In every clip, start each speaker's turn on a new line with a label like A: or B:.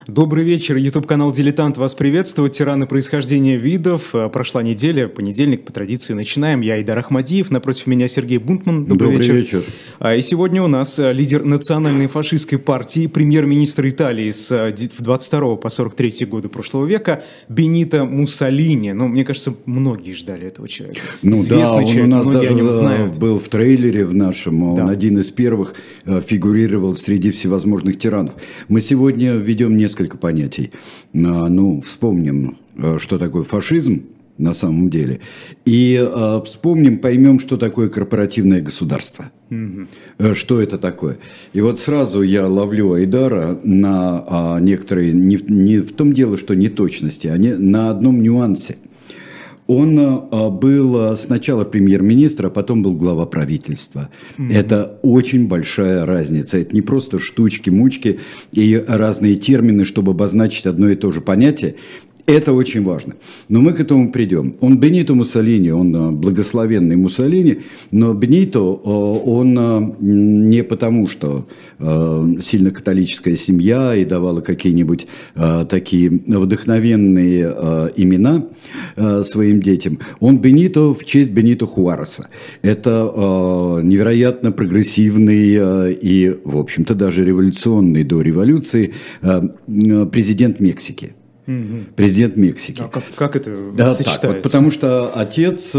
A: Добрый вечер, YouTube-канал «Дилетант» вас приветствует. Тираны происхождения видов. Прошла неделя, понедельник, по традиции начинаем. Я Айдар Ахмадиев, напротив меня Сергей Бунтман. Добрый вечер. И сегодня у нас лидер национальной фашистской партии, премьер-министр Италии с 22 по 43 годы прошлого века Бенито Муссолини. Ну, мне кажется, многие ждали этого человека.
B: Ну
A: Известный
B: да,
A: человек,
B: он у нас
A: многие
B: даже
A: о нем знают.
B: был в трейлере в нашем, он
A: Да.
B: один из первых фигурировал среди всевозможных тиранов. Мы сегодня введем несколько понятий. Ну, вспомним, что такое фашизм на самом деле, и вспомним, поймем, что такое корпоративное государство. Что это такое? И вот сразу я ловлю Айдара на некоторые, не в том дело, что неточности, а на одном нюансе. Он был сначала премьер-министр, а потом был глава правительства. Это очень большая разница. Это не просто штучки-мучки и разные термины, чтобы обозначить одно и то же понятие. Это очень важно. Но мы к этому придем. Он Бенито Муссолини, он благословенный Муссолини, но Бенито, он не потому, что сильно католическая семья и давала какие-нибудь такие вдохновенные имена своим детям. Он Бенито в честь Бенито Хуареса. Это невероятно прогрессивный и, в общем-то, даже революционный до революции президент Мексики. Президент Мексики.
A: А как это сочетается?
B: Так, вот, потому что отец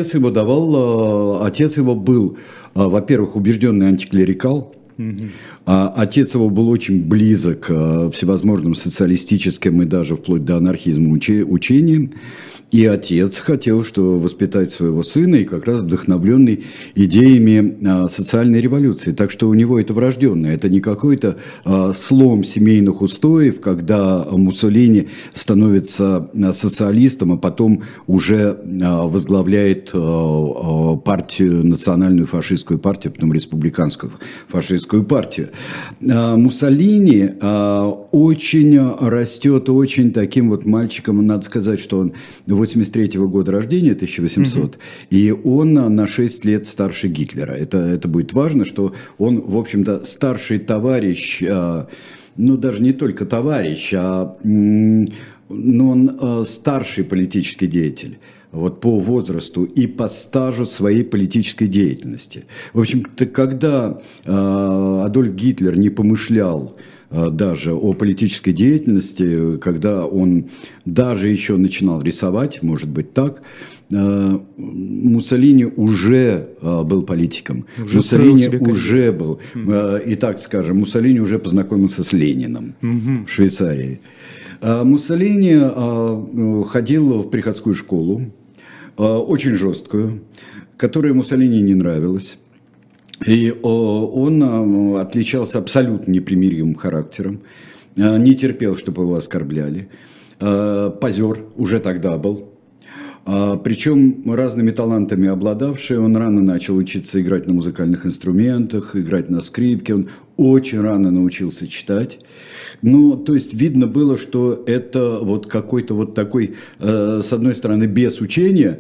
B: его был, во-первых, убежденный антиклерикал. Отец его был очень близок к всевозможным социалистическим и даже вплоть до анархизма учениям. И отец хотел, что воспитать своего сына, и как раз вдохновленный идеями социальной революции. Так что у него это врожденное. Это не какой-то слом семейных устоев, когда Муссолини становится социалистом, а потом уже возглавляет партию, национальную фашистскую партию, потом республиканскую фашистскую партию. Муссолини очень растет, очень таким вот мальчиком. Надо сказать, что он 83-го года рождения, 1800, и он на 6 лет старше Гитлера. Это будет важно, что он, в общем-то, старший товарищ, ну, даже не только товарищ, но он старший политический деятель. Вот по возрасту и по стажу своей политической деятельности. В общем-то, когда Адольф Гитлер не помышлял даже о политической деятельности, когда он даже еще начинал рисовать, может быть так, Муссолини уже был политиком. Муссолини уже был, и так скажем, Муссолини уже познакомился с Лениным в Швейцарии. Муссолини ходил в приходскую школу, очень жесткую, которая Муссолини не нравилась. И он отличался абсолютно непримиримым характером, не терпел, чтобы его оскорбляли, позер уже тогда был. Причем разными талантами обладавший, он рано начал учиться играть на музыкальных инструментах, играть на скрипке, он очень рано научился читать. Ну, то есть видно было, что это вот какой-то вот такой, с одной стороны, без учения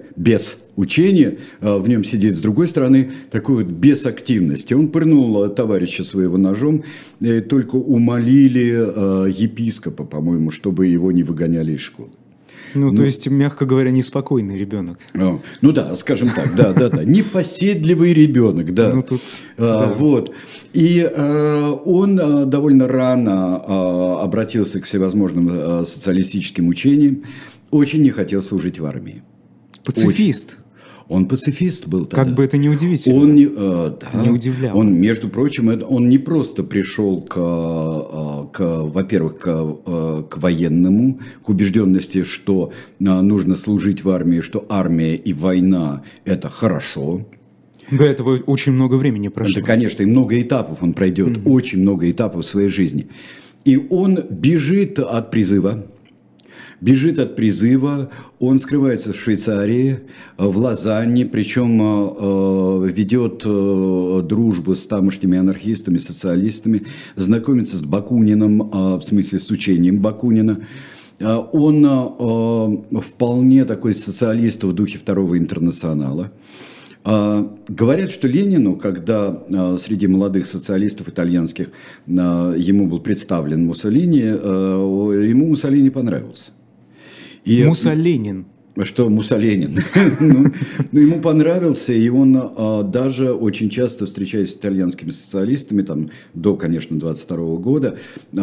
B: в нем сидит, с другой стороны, такой вот без активности. Он пырнул товарища своего ножом, и только умолили епископа, по-моему, чтобы его не выгоняли из школы.
A: Ну, то есть, мягко говоря, неспокойный ребенок.
B: Ну да, скажем так, да. Непоседливый ребенок, да.
A: Ну, тут, да.
B: Вот. И он довольно рано обратился к всевозможным социалистическим учениям, очень не хотел служить в армии.
A: Пацифист.
B: Очень. Он пацифист был тогда.
A: Как бы это ни удивительно.
B: Он
A: не удивлял.
B: Он, между прочим, он не просто пришел во-первых, к военному, к убежденности, что нужно служить в армии, что армия и война – это хорошо.
A: До этого очень много времени прошло.
B: Да, конечно, и много этапов он пройдет, очень много этапов в своей жизни. И он бежит от призыва. Он скрывается в Швейцарии, в Лозанне, причем ведет дружбу с тамошними анархистами, социалистами, знакомится с Бакуниным, в смысле с учением Бакунина. Он вполне такой социалист в духе Второго интернационала. Говорят, что Ленину, когда среди молодых социалистов итальянских ему был представлен Муссолини, ему Муссолини понравился.
A: Муссоленин.
B: Что Муссоленин. Ему понравился, и он даже очень часто, встречаясь с итальянскими социалистами, там, до, конечно, 22 года,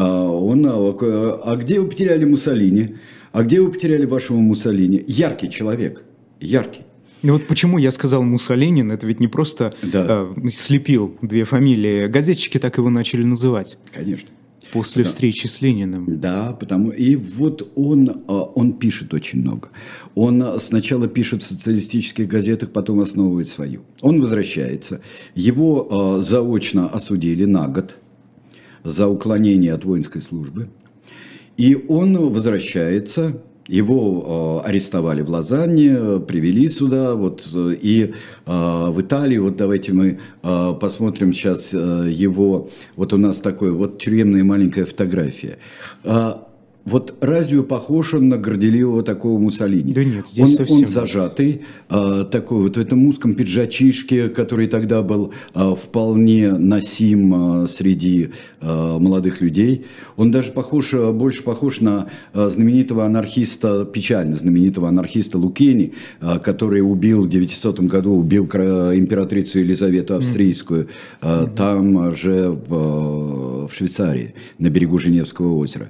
B: а где вы потеряли Муссолини? А где вы потеряли вашего Муссолини? Яркий человек, яркий.
A: И вот почему я сказал Муссоленин, это ведь не просто слепил две фамилии, газетчики так его начали называть.
B: Конечно.
A: После встречи с Лениным.
B: Да, и вот он пишет очень много. Он сначала пишет в социалистических газетах, потом основывает свою. Он возвращается. Его заочно осудили на год за уклонение от воинской службы. И он возвращается. Его арестовали в Лозанне, привели сюда, и в Италии, давайте мы посмотрим сейчас его, у нас такой тюремная маленькая фотография. Разве похож он на горделивого такого Муссолини?
A: Да нет, здесь совсем
B: он зажатый, такой в этом узком пиджачишке, который тогда был вполне носим среди молодых людей. Он даже больше похож на знаменитого анархиста, печально знаменитого анархиста Лукени, который в 900 году убил императрицу Елизавету Австрийскую, там же в Швейцарии, на берегу Женевского озера.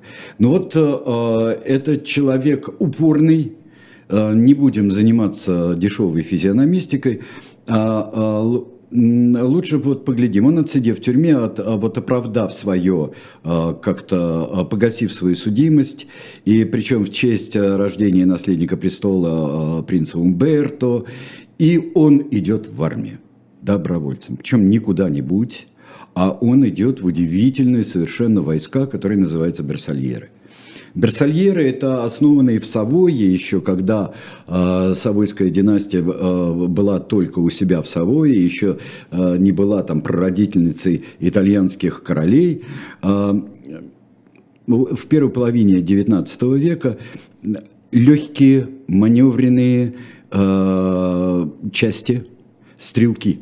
B: Этот человек упорный, не будем заниматься дешевой физиономистикой, лучше поглядим. Он, отсидев в тюрьме, оправдав свое, как-то погасив свою судимость, и причем в честь рождения наследника престола принца Умберто, и он идет в армию добровольцем, причем не куда-нибудь, а он идет в удивительные совершенно войска, которые называются берсальеры. Берсальеры – это основанные в Савойе еще, когда Савойская династия была только у себя в Савойе, еще не была там прародительницей итальянских королей. В первой половине XIX века легкие маневренные части, стрелки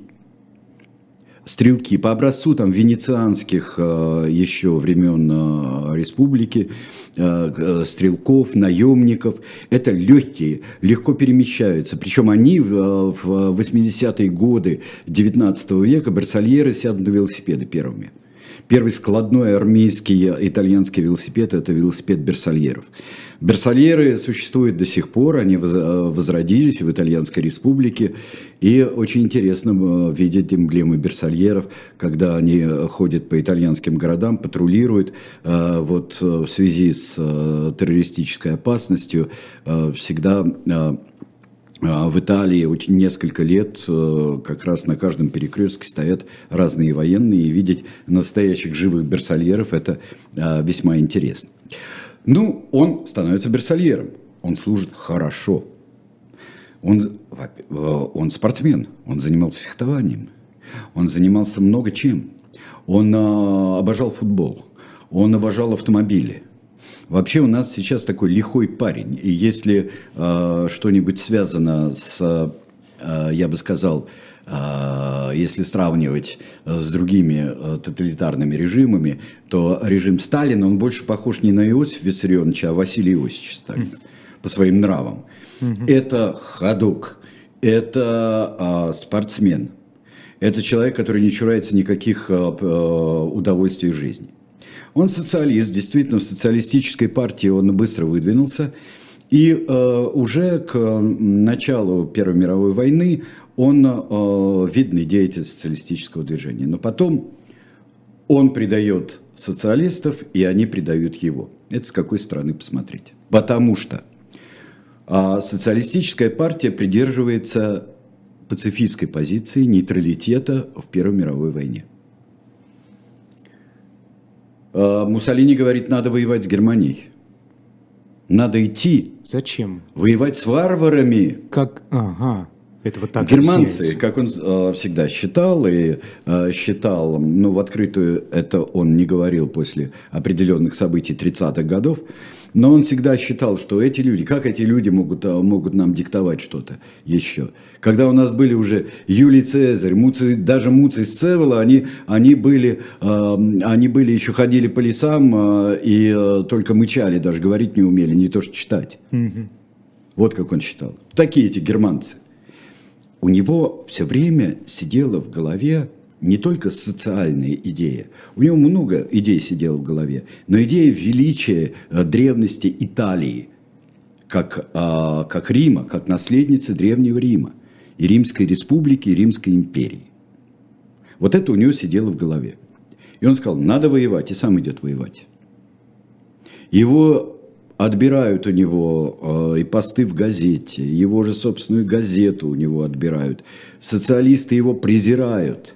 B: по образцу венецианских еще времен республики, стрелков, наемников. Это легкие, легко перемещаются. Причем они в 80-е годы XIX века, берсальеры, сядут на велосипеды первыми. Первый складной армейский итальянский велосипед – это велосипед берсальеров. Берсальеры существуют до сих пор, они возродились в Итальянской республике. И очень интересно видеть эмблемы берсальеров, когда они ходят по итальянским городам, патрулируют. В связи с террористической опасностью всегда в Италии очень несколько лет как раз на каждом перекрестке стоят разные военные, и видеть настоящих живых берсальеров – это весьма интересно. Он становится берсальером, он служит хорошо, он спортсмен, он занимался фехтованием, он занимался много чем, он обожал футбол, он обожал автомобили. Вообще у нас сейчас такой лихой парень, и если что-нибудь связано с, я бы сказал, если сравнивать с другими тоталитарными режимами, то режим Сталина, он больше похож не на Иосифа Виссарионовича, а Василия Иосифовича Сталина по своим нравам. Это ходок, это спортсмен, это человек, который не чурается никаких удовольствий в жизни. Он социалист, действительно, в социалистической партии он быстро выдвинулся. И уже к началу Первой мировой войны он видный деятель социалистического движения. Но потом он предает социалистов, и они предают его. Это с какой стороны посмотреть. Потому что социалистическая партия придерживается пацифистской позиции нейтралитета в Первой мировой войне. Муссолини говорит, надо воевать с Германией. Надо идти.
A: Зачем?
B: Воевать с варварами.
A: Это вот так
B: германцы, как он всегда считал, в открытую это он не говорил после определенных событий 30-х годов, Но он всегда считал, что эти люди, как эти люди могут нам диктовать что-то еще. Когда у нас были уже Юлий Цезарь, даже Муций Сцевола, они были еще ходили по лесам и только мычали, даже говорить не умели, не то что читать. Вот как он считал. Такие эти германцы. У него все время сидела в голове не только социальные идеи. У него много идей сидело в голове, но идея величия древности Италии, как Рима, как наследницы Древнего Рима, и Римской Республики, и Римской империи. Вот это у него сидело в голове. И он сказал, надо воевать, и сам идет воевать. Его отбирают у него и посты в газете, его же собственную газету у него отбирают. Социалисты его презирают.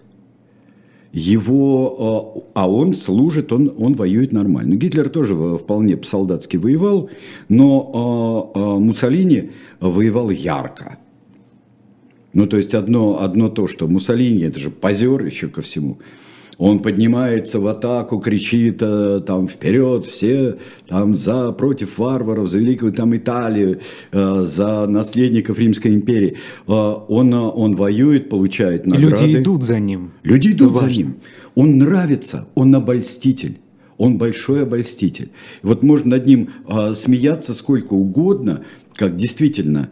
B: А он служит, он воюет нормально. Гитлер тоже вполне по-солдатски воевал, но Муссолини воевал ярко. Ну, то есть одно то, что Муссолини, это же позер еще ко всему. Он поднимается в атаку, кричит там вперед, все там против варваров, за великую там Италию, за наследников Римской империи. Он воюет, получает награды.
A: Люди идут за ним.
B: Люди идут за ним. Он нравится, он обольститель. Он большой обольститель. Вот можно над ним смеяться сколько угодно, как действительно...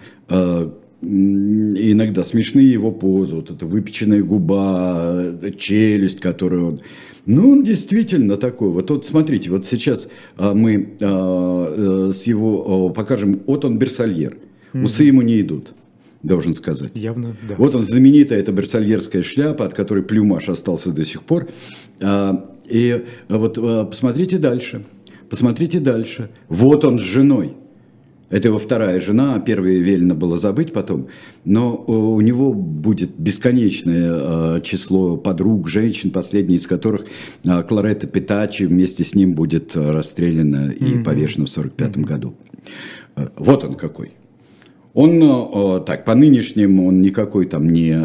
B: иногда смешные его позы, вот эта выпеченная губа, челюсть, которую он... Ну, он действительно такой. Вот смотрите, вот сейчас мы с его покажем, вот он берсальер. Усы ему не идут, должен сказать.
A: Явно, да.
B: Вот он, знаменитая эта берсальерская шляпа, от которой плюмаж остался до сих пор. И вот посмотрите дальше. Посмотрите дальше. Вот он с женой. Это его вторая жена, первая велено было забыть потом, но у него будет бесконечное число подруг, женщин, последняя из которых Кларетта Петачи вместе с ним будет расстреляна и повешена в 1945 году. Вот он какой. Он, так, по нынешнему он никакой там не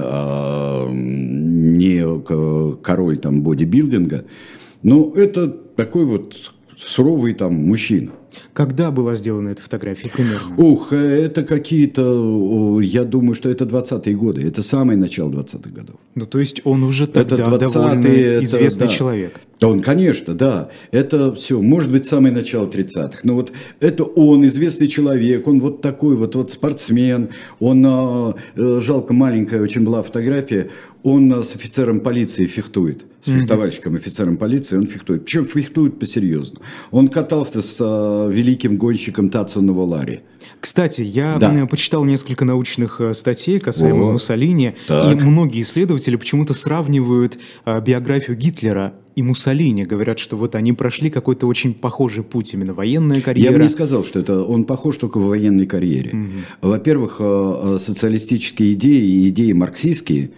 B: король там бодибилдинга, но это такой вот суровый там мужчина.
A: Когда была сделана эта фотография примерно?
B: Ух, это какие-то, я думаю, что это 20-е годы, это самое начало 20-х годов.
A: Ну, то есть он уже тогда довольно известный человек.
B: Он, конечно, да, это все, может быть, самое начало 30-х, но вот это он, известный человек, он вот такой вот спортсмен, он, жалко, маленькая очень была фотография, он с офицером полиции фехтует, с фехтовальщиком, офицером полиции, он фехтует, причем фехтует по-серьезному. Он катался с великим гонщиком Тацио Нуволари.
A: Кстати, я почитал несколько научных статей касаемо Муссолини,
B: так.
A: И многие исследователи почему-то сравнивают биографию Гитлера и Муссолини. Говорят, что вот они прошли какой-то очень похожий путь, именно военная карьера.
B: Я бы не сказал, что он похож только в военной карьере. Во-первых, социалистические идеи и идеи марксистские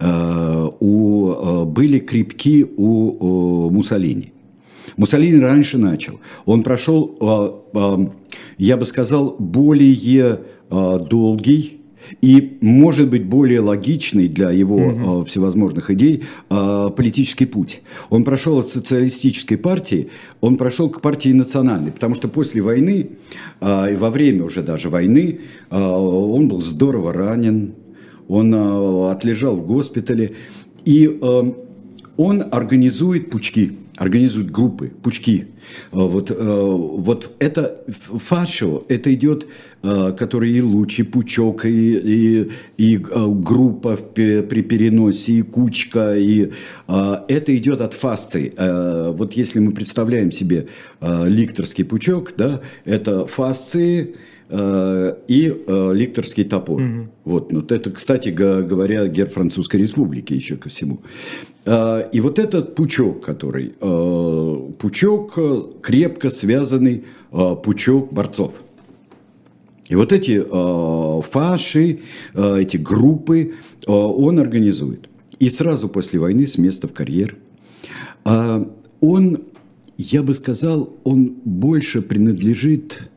B: были крепки у Муссолини. Муссолини раньше начал. Он прошел, я бы сказал, более долгий и, может быть, более логичный для его всевозможных идей политический путь. Он прошел от социалистической партии, он прошел к партии национальной, потому что после войны, и во время уже даже войны, он был здорово ранен, он отлежал в госпитале, и он организует пучки. Организуют группы, пучки. Вот это фашио, это идет, который и луч, и пучок, и группа при переносе, и кучка, и это идет от фасции. Вот если мы представляем себе ликторский пучок, да, это фасции и ликторский топор. Вот это, кстати говоря, герб Французской Республики еще ко всему. И вот этот пучок, который пучок крепко связанный, пучок борцов. И вот эти фаши, эти группы он организует. И сразу после войны с места в карьер. Он, я бы сказал, он больше принадлежит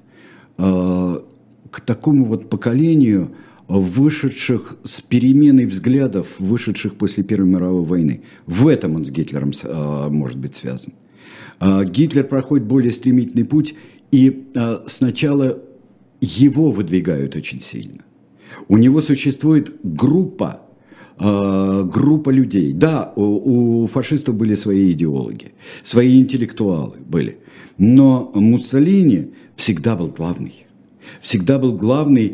B: к такому вот поколению, вышедших с переменой взглядов, вышедших после Первой мировой войны. В этом он с Гитлером может быть связан. Гитлер проходит более стремительный путь И сначала его выдвигают очень сильно. У него существует группа людей. Да, у фашистов были свои идеологи, свои интеллектуалы были. Но Муссолини всегда был главный. Всегда был главный.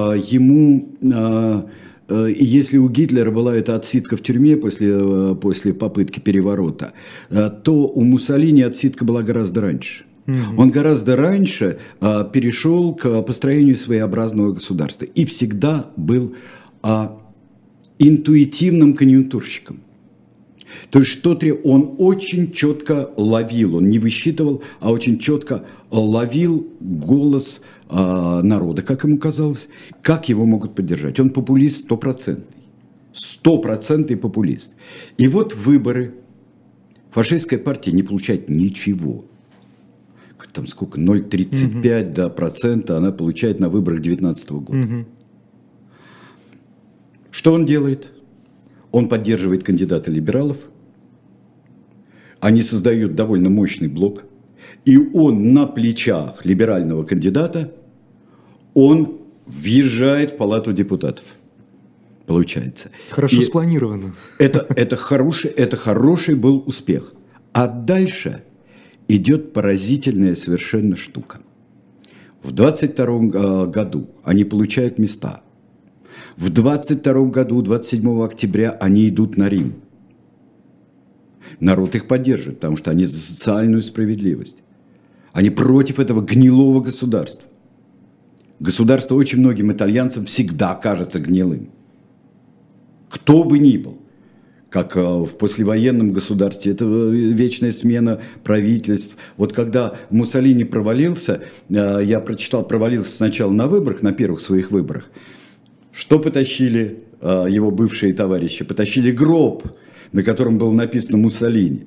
B: И если у Гитлера была эта отсидка в тюрьме после попытки переворота, то у Муссолини отсидка была гораздо раньше. Он гораздо раньше перешел к построению своеобразного государства. И всегда был интуитивным конъюнктурщиком. То есть что-то он очень четко ловил, он не высчитывал, а очень четко ловил голос народа, как ему казалось, как его могут поддержать. Он популист стопроцентный популист. И вот выборы. Фашистская партия не получает ничего. Там сколько, 0,35% она получает на выборах 2019 года. Что он делает? Он поддерживает кандидата либералов. Они создают довольно мощный блок. И он на плечах либерального кандидата, он въезжает в Палату депутатов. Получается.
A: Хорошо спланировано.
B: Это хороший был успех. А дальше идет поразительная совершенно штука. В 22 году они получают места. В 22 году, 27 октября, они идут на Рим. Народ их поддерживает, потому что они за социальную справедливость. Они против этого гнилого государства. Государство очень многим итальянцам всегда кажется гнилым. Кто бы ни был. Как в послевоенном государстве, это вечная смена правительств. Вот когда Муссолини провалился, я прочитал, провалился сначала на выборах, на первых своих выборах. Что потащили его бывшие товарищи? Потащили гроб, на котором было написано Муссолини.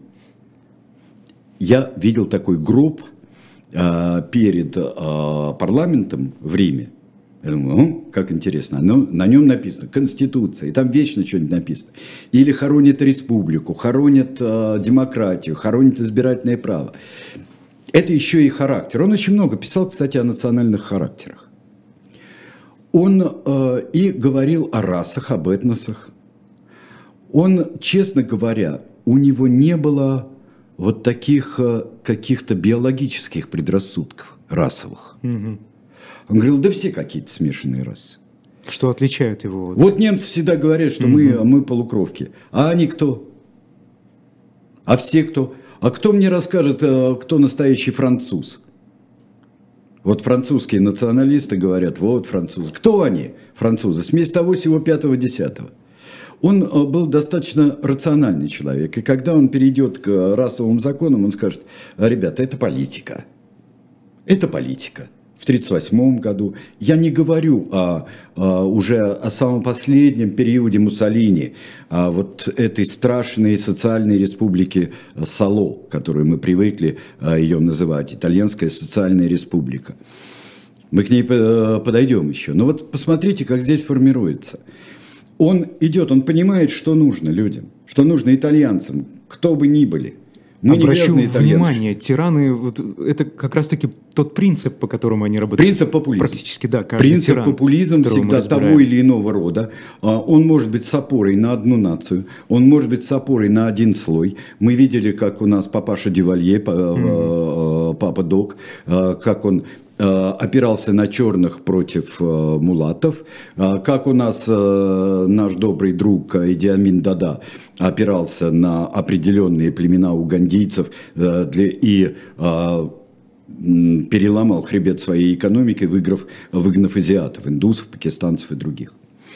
B: Я видел такой гроб перед парламентом в Риме. Я думаю, как интересно, на нем написано Конституция, и там вечно что-нибудь написано. Или хоронят республику, хоронят демократию, хоронят избирательное право. Это еще и характер. Он очень много писал, кстати, о национальных характерах. Он и говорил о расах, об этносах. Он, честно говоря, у него не было вот таких каких-то биологических предрассудков расовых. Он говорил, да все какие-то смешанные расы.
A: Что отличает его?
B: Вот немцы всегда говорят, что мы полукровки. А они кто? А все кто? А кто мне расскажет, кто настоящий француз? Вот французские националисты говорят, вот французы. Кто они, французы? Смесь того всего 5-10. Он был достаточно рациональный человек. И когда он перейдет к расовым законам, он скажет, ребята, это политика. Это политика. В 1938 году. Я не говорю уже о самом последнем периоде Муссолини, вот этой страшной социальной республике Сало, которую мы привыкли ее называть, Итальянская социальная республика. Мы к ней подойдем еще. Но вот посмотрите, как здесь формируется. Он идет, он понимает, что нужно людям, что нужно итальянцам, кто бы ни были.
A: Мы обращу внимание, тираны, вот это как раз-таки тот принцип, по которому они работают.
B: Принцип популизма.
A: Практически, да.
B: Принцип популизма всегда того или иного рода. Он может быть с опорой на одну нацию, он может быть с опорой на один слой. Мы видели, как у нас папаша Дювалье, папа Док, как он опирался на черных против мулатов, как у нас наш добрый друг Иди Амин Дада опирался на определенные племена угандийцев и переломал хребет своей экономики, выгнав азиатов, индусов, пакистанцев и других.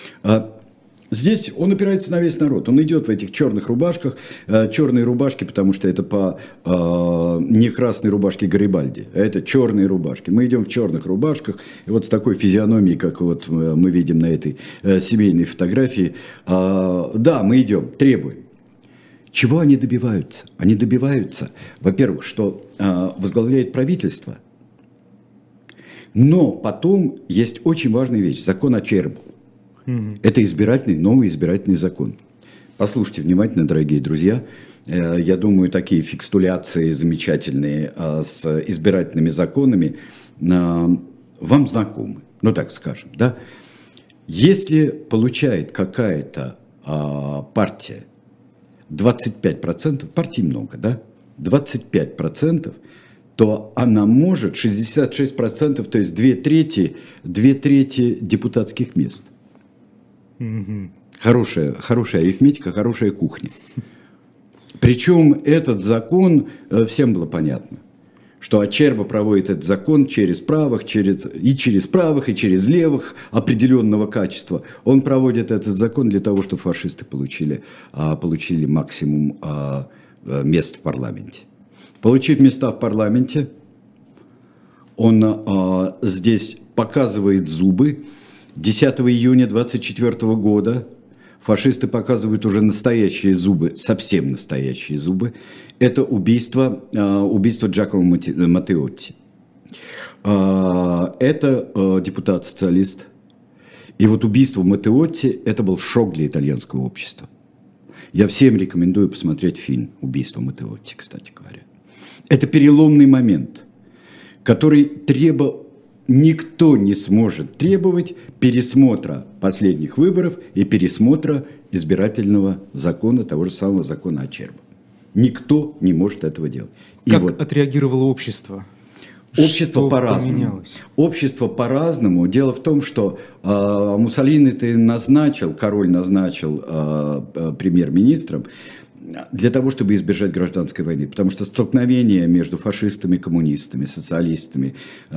B: Здесь он опирается на весь народ. Он идет в этих черных рубашках. Черные рубашки, потому что это не красные рубашки Гарибальди, а это черные рубашки. Мы идем в черных рубашках. И вот с такой физиономией, как вот мы видим на этой семейной фотографии. Да, мы идем, требуем. Чего они добиваются? Они добиваются, во-первых, что возглавляет правительство. Но потом есть очень важная вещь. Закон Ачербо. Это новый избирательный закон. Послушайте внимательно, дорогие друзья. Я думаю, такие фикстуляции замечательные с избирательными законами вам знакомы. Ну, так скажем, да? Если получает какая-то партия 25%, партий много, да? 25%, то она может 66%, то есть две трети депутатских мест. Хорошая арифметика, хорошая кухня. Причем этот закон, всем было понятно, что Ачерба проводит этот закон через правых, и через левых определенного качества. Он проводит этот закон для того, чтобы фашисты получили максимум мест в парламенте. Получив места в парламенте, он здесь показывает зубы. 10 июня 24 года фашисты показывают уже настоящие зубы, совсем настоящие зубы. Это убийство Джакомо Маттеотти. Это депутат-социалист. И вот убийство Маттеотти – это был шок для итальянского общества. Я всем рекомендую посмотреть фильм «Убийство Маттеотти», кстати говоря. Это переломный момент, который никто не сможет требовать пересмотра последних выборов и пересмотра избирательного закона, того же самого закона Ачерба. Никто не может этого делать.
A: Как отреагировало общество?
B: Общество по-разному. Общество по-разному. Дело в том, что Муссолини король назначил премьер-министром для того, чтобы избежать гражданской войны. Потому что столкновения между фашистами, коммунистами, социалистами,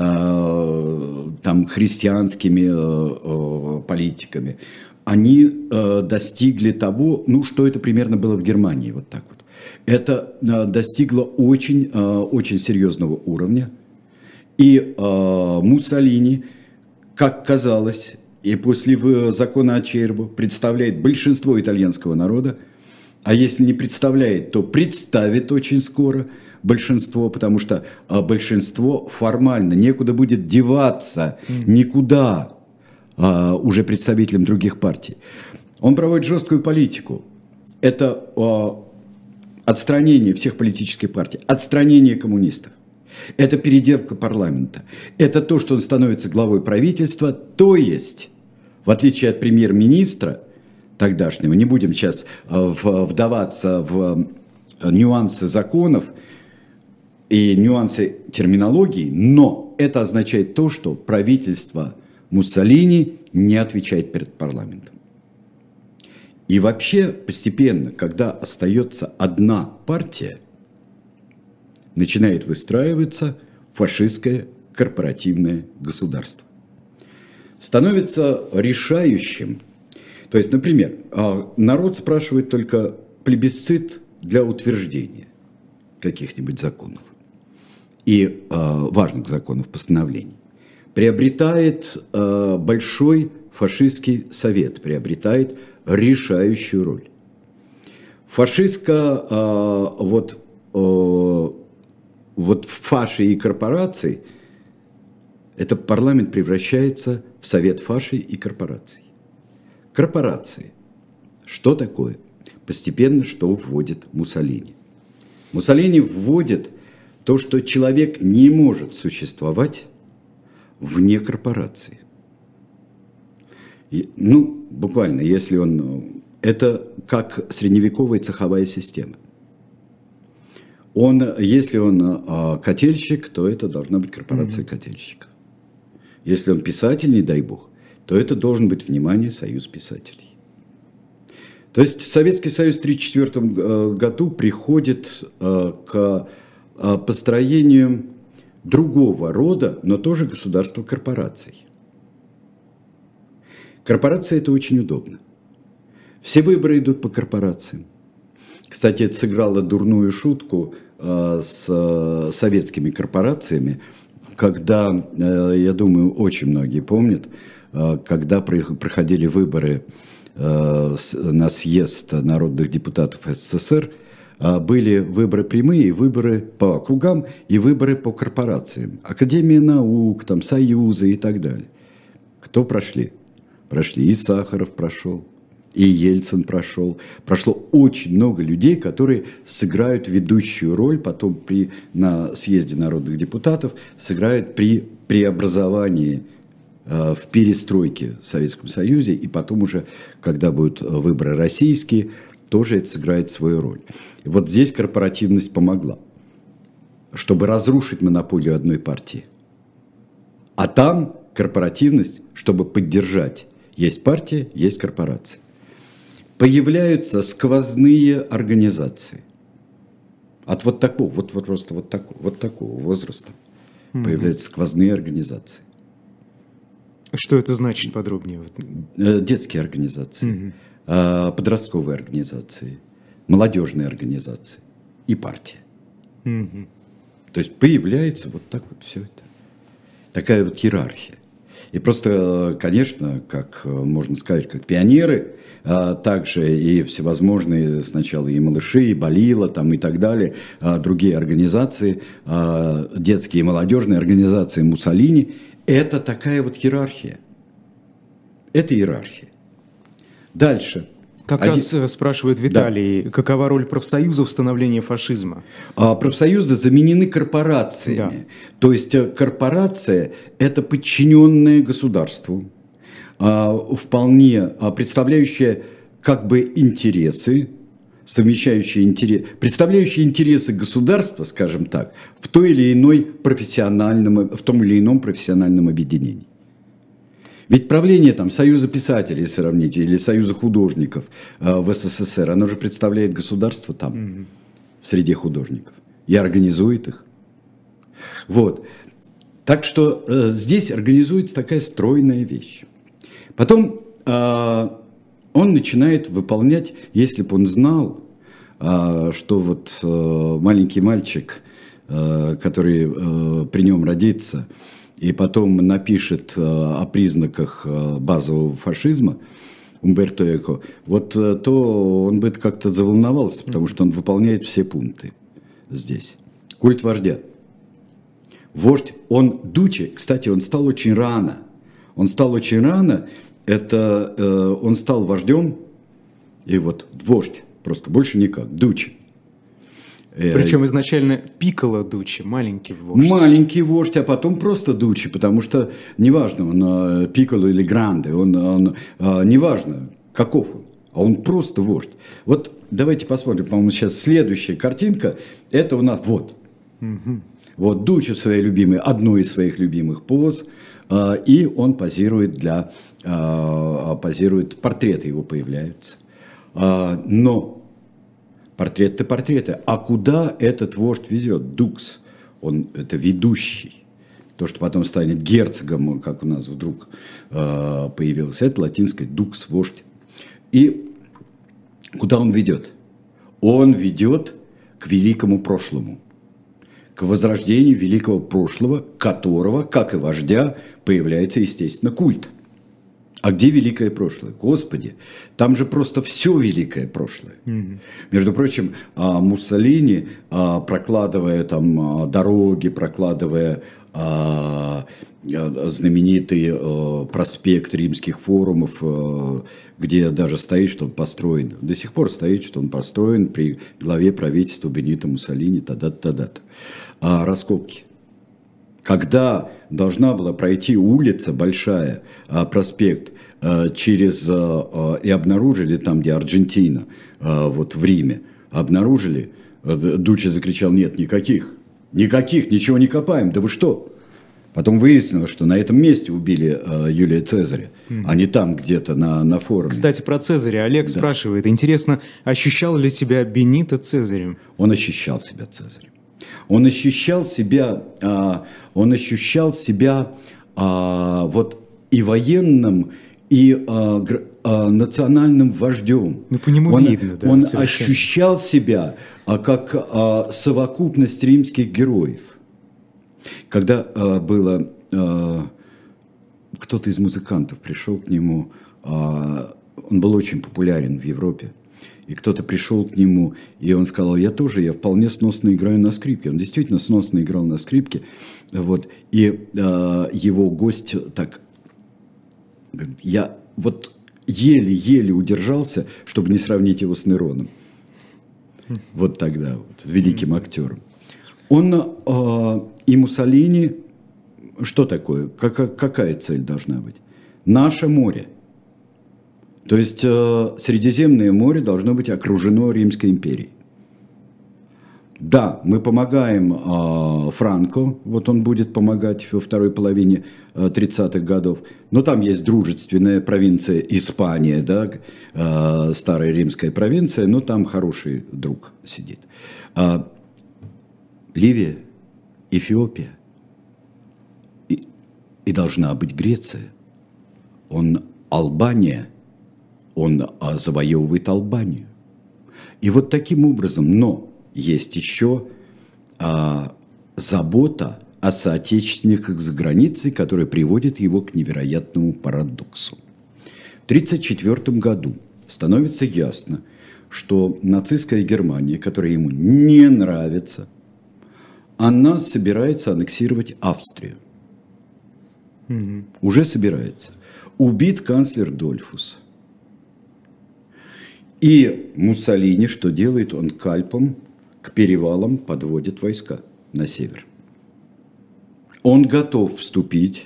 B: христианскими политиками, они достигли того, что это примерно было в Германии. Вот так вот. Это достигло очень, очень серьезного уровня. И Муссолини, как казалось, и после закона Ачербо представляет большинство итальянского народа, а если не представляет, то представит очень скоро большинство, потому что большинство формально некуда будет деваться, никуда уже представителям других партий. Он проводит жесткую политику. Это отстранение всех политических партий, отстранение коммунистов. Это переделка парламента. Это то, что он становится главой правительства, то есть, в отличие от премьер-министра тогдашнего, не будем сейчас вдаваться в нюансы законов и нюансы терминологии, но это означает то, что правительство Муссолини не отвечает перед парламентом. И вообще постепенно, когда остается одна партия, начинает выстраиваться фашистское корпоративное государство. Становится решающим. То есть, например, народ спрашивает только плебисцит для утверждения каких-нибудь законов и важных законов, постановлений. Приобретает большой фашистский совет, приобретает решающую роль. Фашистская в фаши и корпораций, это парламент превращается в совет фаши и корпораций. Корпорации. Что такое? Постепенно что вводит Муссолини? Муссолини вводит то, что человек не может существовать вне корпорации. Буквально, если он... Это как средневековая цеховая система. Если он котельщик, то это должна быть корпорация котельщиков. Если он писатель, не дай бог, то это должен быть, внимание, союз писателей. То есть Советский Союз в 1934 году приходит к построению другого рода, но тоже государства корпораций. Корпорация – это очень удобно. Все выборы идут по корпорациям. Кстати, это сыграло дурную шутку с советскими корпорациями, когда, я думаю, очень многие помнят, когда проходили выборы на съезд народных депутатов СССР, были выборы прямые, выборы по округам и выборы по корпорациям. Академия наук, союзы и так далее. Кто прошли? Прошли. И Сахаров прошел, И Ельцин прошел. Прошло очень много людей, которые сыграют ведущую роль, потом на съезде народных депутатов сыграют при преобразовании, в перестройке в Советском Союзе, и потом уже, когда будут выборы российские, тоже это сыграет свою роль. И вот здесь корпоративность помогла, чтобы разрушить монополию одной партии. А там корпоративность, чтобы поддержать. Есть партия, есть корпорация. Появляются сквозные организации. От вот такого, просто вот такого возраста появляются сквозные организации.
A: Что это значит подробнее?
B: Детские организации, подростковые организации, молодежные организации и партия. То есть появляется вот так вот все это. Такая вот иерархия. И просто, конечно, как можно сказать, как пионеры, также и всевозможные сначала и малыши, и Балила там, и так далее, другие организации, детские и молодежные организации Муссолини. Это такая вот иерархия. Это иерархия. Дальше.
A: Как раз спрашивает Виталий, какова роль профсоюза в становлении фашизма?
B: Профсоюзы заменены корпорациями.
A: Да.
B: То есть корпорация – это подчиненное государству, вполне представляющая как бы интересы, совмещающие интересы, представляющие интересы государства, скажем так, в том или ином профессиональном объединении. Ведь правление там Союза писателей, сравните, или Союза художников в СССР, оно же представляет государство там, в среде художников, и организует их. Вот. Так что здесь организуется такая стройная вещь. Потом он начинает выполнять, если бы он знал, что вот маленький мальчик, который при нем родится, и потом напишет о признаках базового фашизма, Умберто Эко, вот то он бы как-то заволновался, потому что он выполняет все пункты здесь. Культ вождя. Вождь, он Дуччи, кстати, он стал очень рано. Он стал вождем, и вот вождь, просто больше никак, Дуччи.
A: Причем изначально Пикколо Дуччи, маленький вождь.
B: Маленький вождь, а потом просто Дуччи, потому что неважно, он Пикколо или Гранде, он неважно, каков он, а он просто вождь. Вот давайте посмотрим, по-моему, сейчас следующая картинка, это у нас вот. Вот Дуччи в своей любимой, одной из своих любимых поз, и он позирует портреты его появляются. Но портреты. А куда этот вождь везет? Дукс. Он это ведущий. То, что потом станет герцогом, как у нас вдруг появилось, это латинское дукс, вождь. И куда он ведет? Он ведет к великому прошлому. К возрождению великого прошлого, которого, как и вождя, появляется, естественно, культ. А где великое прошлое? Господи, там же просто все великое прошлое. Между прочим, Муссолини, прокладывая там дороги, прокладывая знаменитый проспект римских форумов, где даже стоит, что он построен, до сих пор стоит, что он построен при главе правительства Бенито Муссолини, тогда-то. Раскопки. Когда должна была пройти улица большая, проспект, и обнаружили там, где Аргентина, вот в Риме, обнаружили, Дуччи закричал: нет, никаких, ничего не копаем, да вы что? Потом выяснилось, что на этом месте убили Юлия Цезаря, а не там где-то на форуме.
A: Кстати, про Цезаря Олег спрашивает, интересно, ощущал ли себя Бенито Цезарем?
B: Он ощущал себя Цезарем. Он ощущал себя вот и военным, и национальным вождем.
A: Ну, по нему видно, да.
B: Он ощущал себя как совокупность римских героев. Когда было... кто-то из музыкантов пришел к нему, он был очень популярен в Европе. И кто-то пришел к нему, и он сказал: я вполне сносно играю на скрипке. Он действительно сносно играл на скрипке. Вот. И его гость так говорит: еле-еле удержался, чтобы не сравнить его с Нероном. Вот тогда, вот, великим актером. Он и Муссолини, что такое? Какая цель должна быть? Наше море. То есть Средиземное море должно быть окружено Римской империей. Да, мы помогаем Франко, вот он будет помогать во второй половине 30-х годов, но там есть дружественная провинция Испания, да, старая римская провинция, но там хороший друг сидит. Ливия, Эфиопия и должна быть Греция. Он Албания, он завоевывает Албанию. И вот таким образом, но есть еще забота о соотечественниках за границей, которая приводит его к невероятному парадоксу. В 1934 году становится ясно, что нацистская Германия, которая ему не нравится, она собирается аннексировать Австрию. Уже собирается. Убит канцлер Дольфус. И Муссолини, что делает? Он к Альпам, к перевалам подводит войска на север. Он готов вступиться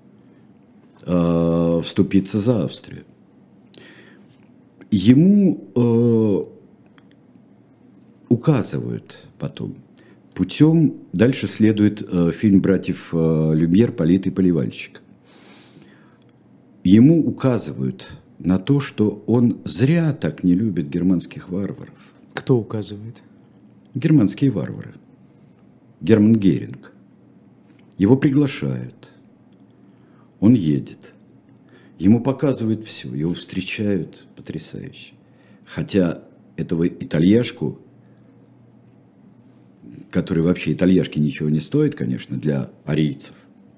B: за Австрию. Ему указывают потом путем, дальше следует фильм братьев Люмьер «Политый поливальщик». Ему указывают на то, что он зря так не любит германских варваров.
A: Кто указывает?
B: Германские варвары. Герман Геринг. Его приглашают. Он едет. Ему показывают все. Его встречают потрясающе. Хотя этого итальяшку, который вообще итальяшки ничего не стоит, конечно, для арийцев,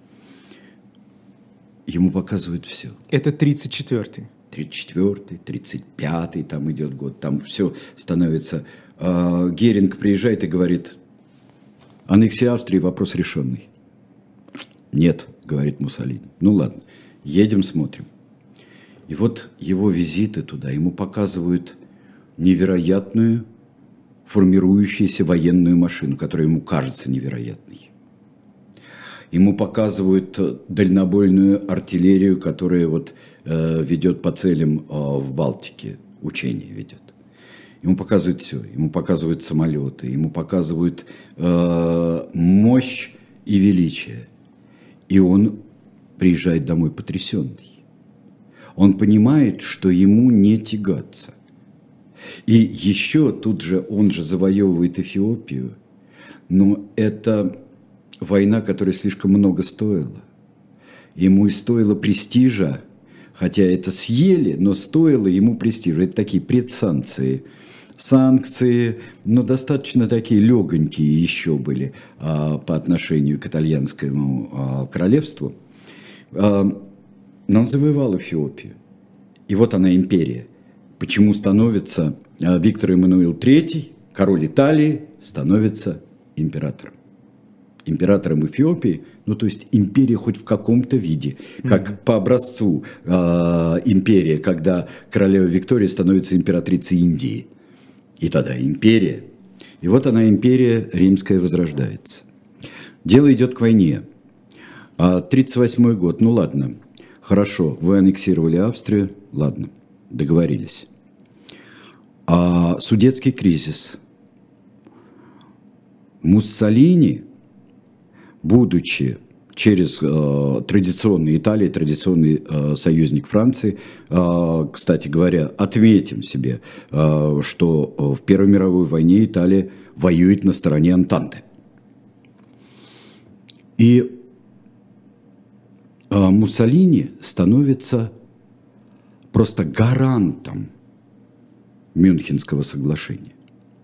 B: ему показывают все.
A: Это 34-й.
B: 34-й, 35-й, там идет год, там все становится... Геринг приезжает и говорит, аннексия Австрии, вопрос решенный. Нет, говорит Муссолини. Ну ладно, едем, смотрим. И вот его визиты туда, ему показывают невероятную формирующуюся военную машину, которая ему кажется невероятной. Ему показывают дальнобойную артиллерию, которая вот ведет по целям в Балтике, учения ведет. Ему показывают все, ему показывают самолеты, ему показывают мощь и величие. И он приезжает домой потрясенный. Он понимает, что ему не тягаться. И еще тут же он же завоевывает Эфиопию, но это война, которая слишком много стоила. Ему и стоило престижа, хотя это съели, но стоило ему престижа. Это такие предсанкции. Санкции, но достаточно такие легонькие еще были по отношению к итальянскому королевству. Но он завоевал Эфиопию. И вот она империя. Почему становится Виктор Эммануил III, король Италии, становится императором. Императором Эфиопии, ну то есть империя хоть в каком-то виде, как по образцу империя, когда королева Виктория становится императрицей Индии. И тогда империя. И вот она, империя римская, возрождается. Дело идет к войне. 1938 год, ну ладно, хорошо, вы аннексировали Австрию, ладно, договорились. Судетский кризис. Муссолини, будучи через традиционный Италии, традиционный союзник Франции, кстати говоря, отметим себе, что в Первой мировой войне Италия воюет на стороне Антанты. И Муссолини становится просто гарантом Мюнхенского соглашения.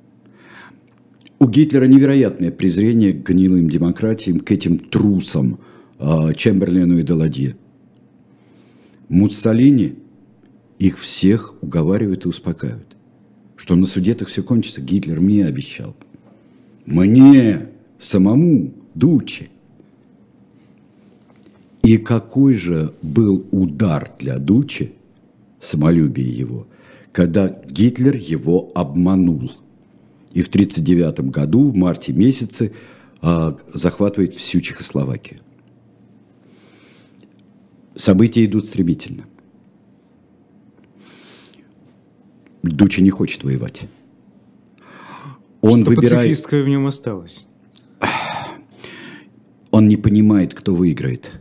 B: У Гитлера невероятное презрение к гнилым демократиям, к этим трусам Чемберлену и Даладье. Муссолини их всех уговаривает и успокаивает, что на Судетах все кончится. Гитлер мне обещал. Мне, самому, Дуччи. И какой же был удар для Дуччи, самолюбие его, когда Гитлер его обманул. И в 1939 году, в марте месяце, захватывает всю Чехословакию. События идут стремительно. Дуча не хочет воевать.
A: Что пацифистское в нем осталось?
B: Он не понимает, кто выиграет.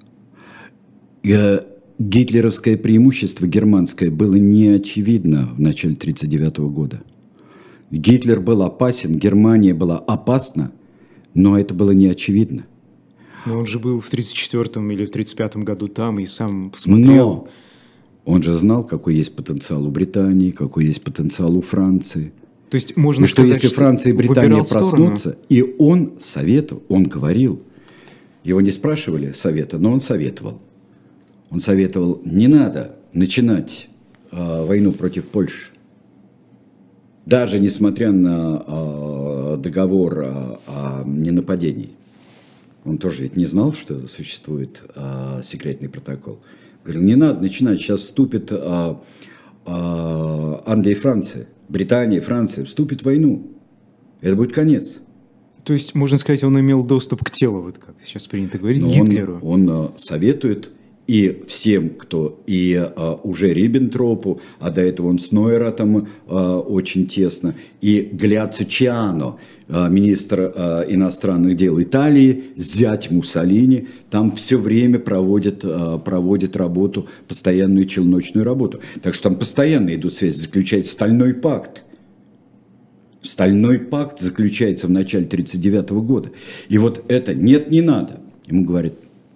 B: Гитлеровское преимущество германское было не очевидно в начале 1939 года. Гитлер был опасен, Германия была опасна, но это было не очевидно.
A: Но он же был в 1934 или в 1935 году там и сам посмотрел.
B: Но он же знал, какой есть потенциал у Британии, какой есть потенциал у Франции.
A: То есть можно сказать,
B: что если Франция и Британия проснутся, и он советовал, он говорил, его не спрашивали совета, но он советовал. Он советовал, не надо начинать войну против Польши. Даже несмотря на договор о ненападении. Он тоже ведь не знал, что существует секретный протокол. Говорил, не надо начинать, сейчас вступит Англия и Франция, Британия и Франция, вступит в войну. Это будет конец.
A: То есть, можно сказать, он имел доступ к телу, вот как сейчас принято говорить, Гитлеру.
B: Он советует и всем, кто, и уже Риббентропу, а до этого он с Нойратом очень тесно, и Галиаццо Чиано, министр иностранных дел Италии, зять Муссолини, там все время проводит работу, постоянную челночную работу. Так что там постоянно идут связи, заключается Стальной пакт. Стальной пакт заключается в начале 1939 года. И вот это нет, не надо. Ему говорят,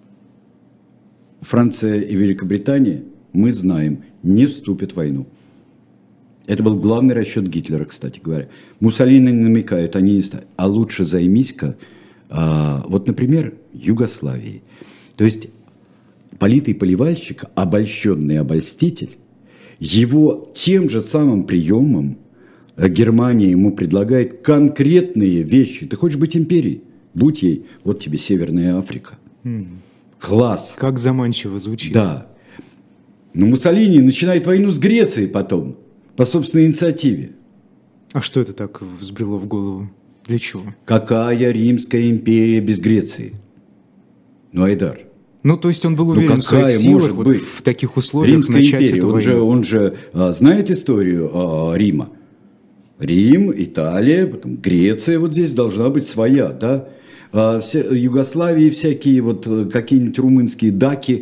B: Франция и Великобритания, мы знаем, не вступят в войну. Это был главный расчет Гитлера, кстати говоря. Муссолини намекают, они не ставят. А лучше займись-ка, вот, например, Югославией. То есть политый поливальщик, обольщенный обольститель, его тем же самым приемом Германия ему предлагает конкретные вещи. Ты хочешь быть империей? Будь ей. Вот тебе Северная Африка. Класс.
A: Как заманчиво звучит.
B: Да. Но Муссолини начинает войну с Грецией потом. По собственной инициативе.
A: А что это так взбрело в голову? Для чего?
B: Какая Римская империя без Греции? Ну, Айдар.
A: Ну, то есть он был уверен в своих силах вот в таких условиях
B: Римская
A: начать
B: империя.
A: эту войну.
B: Он же знает историю Рима. Рим, Италия, потом Греция вот здесь должна быть своя, да? Все, Югославии всякие вот какие-нибудь румынские даки,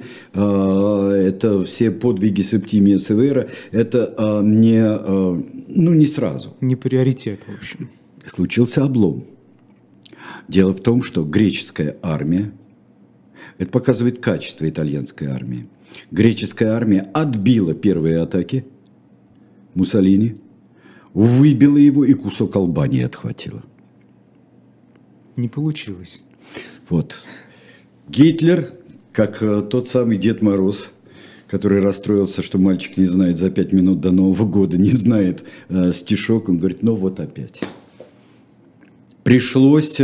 B: это все подвиги Септимия Севера, это не сразу.
A: Не приоритет, в общем.
B: Случился облом. Дело в том, что греческая армия, это показывает качество итальянской армии, греческая армия отбила первые атаки Муссолини, выбила его и кусок Албании отхватила.
A: Не получилось.
B: Вот. Гитлер, как тот самый Дед Мороз, который расстроился, что мальчик не знает за 5 минут до Нового года, не знает стишок, он говорит, ну вот опять. Пришлось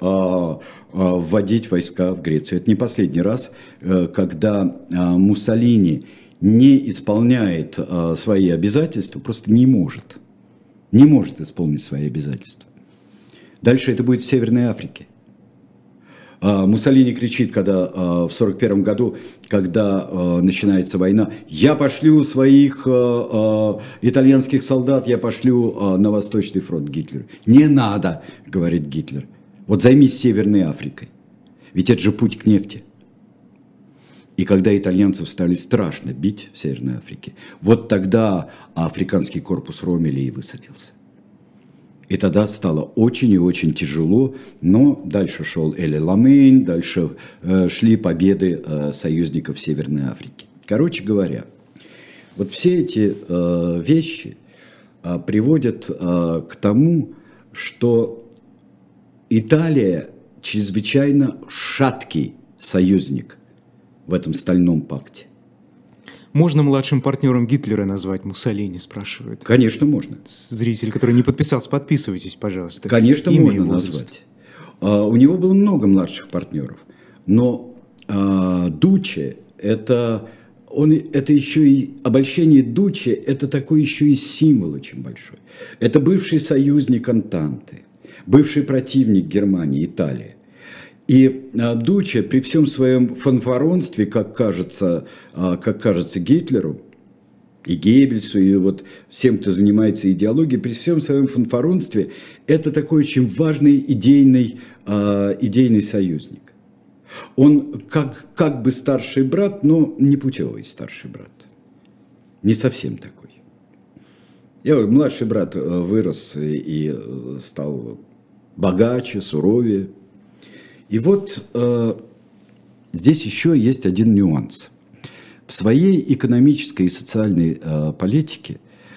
B: вводить войска в Грецию. Это не последний раз, когда Муссолини не исполняет свои обязательства, просто не может исполнить свои обязательства. Дальше это будет в Северной Африке. Муссолини кричит, когда в 1941 году, когда начинается война, я пошлю своих итальянских солдат, я пошлю на Восточный фронт Гитлеру. Не надо, говорит Гитлер. Вот займись Северной Африкой. Ведь это же путь к нефти. И когда итальянцев стали страшно бить в Северной Африке, вот тогда африканский корпус Роммеля и высадился. И тогда стало очень и очень тяжело, но дальше шел Эль-Ламейн, дальше шли победы союзников Северной Африки. Короче говоря, вот все эти вещи приводят к тому, что Италия чрезвычайно шаткий союзник в этом стальном пакте.
A: Можно младшим партнером Гитлера назвать Муссолини, спрашивают.
B: Конечно, можно.
A: Зритель, который не подписался, подписывайтесь, пожалуйста.
B: Конечно, можно назвать. У него было много младших партнеров. Но Дуччи – это это еще и обольщение Дуччи, это такой еще и символ очень большой. Это бывший союзник Антанты, бывший противник Германии, Италии. И Дуччи при всем своем фанфаронстве, как кажется Гитлеру и Геббельсу, и вот всем, кто занимается идеологией, при всем своем фанфаронстве, это такой очень важный идейный союзник. Он как бы старший брат, но не путевый старший брат. Не совсем такой. Младший брат вырос и стал богаче, суровее. И вот здесь еще есть один нюанс. В своей экономической и социальной политике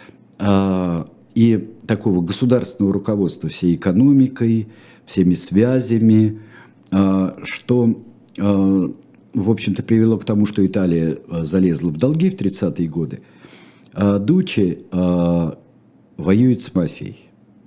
B: и такого государственного руководства всей экономикой, всеми связями, что, в общем-то, привело к тому, что Италия залезла в долги в 30-е годы, Дуччи воюет с мафией.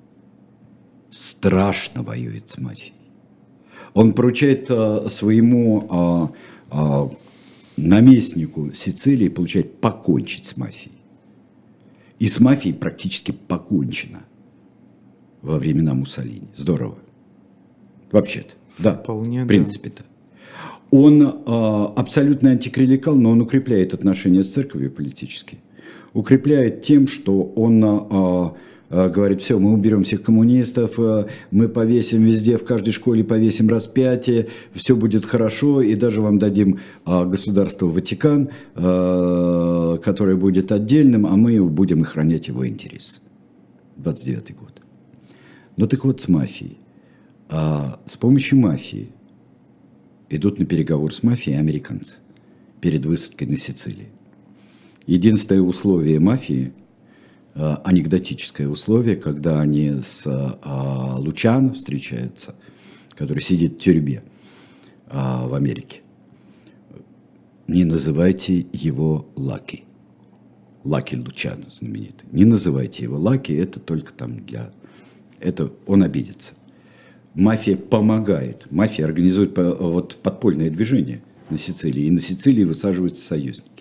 B: Страшно воюет с мафией. Он поручает своему наместнику Сицилии, получает покончить с мафией. И с мафией практически покончено во времена Муссолини. Здорово. Вообще-то. Да, вполне, в принципе-то. Да. Он абсолютно антиклерикал, но он укрепляет отношения с церковью политически. Укрепляет тем, что он говорит: все, мы уберем всех коммунистов, мы повесим везде, в каждой школе повесим распятие, все будет хорошо, и даже вам дадим государство Ватикан, которое будет отдельным, а мы будем охранять его интересы. 29-й год. Ну так вот, с мафией. С помощью мафии идут на переговор с мафией американцы перед высадкой на Сицилии. Единственное условие мафии, анекдотическое условие, когда они с Лучано встречаются, который сидит в тюрьме в Америке, не называйте его Лаки. Лаки Лучано знаменитый. Не называйте его Лаки, это только там для... Это он обидится. Мафия помогает. Мафия организует подпольное движение на Сицилии. И на Сицилии высаживаются союзники.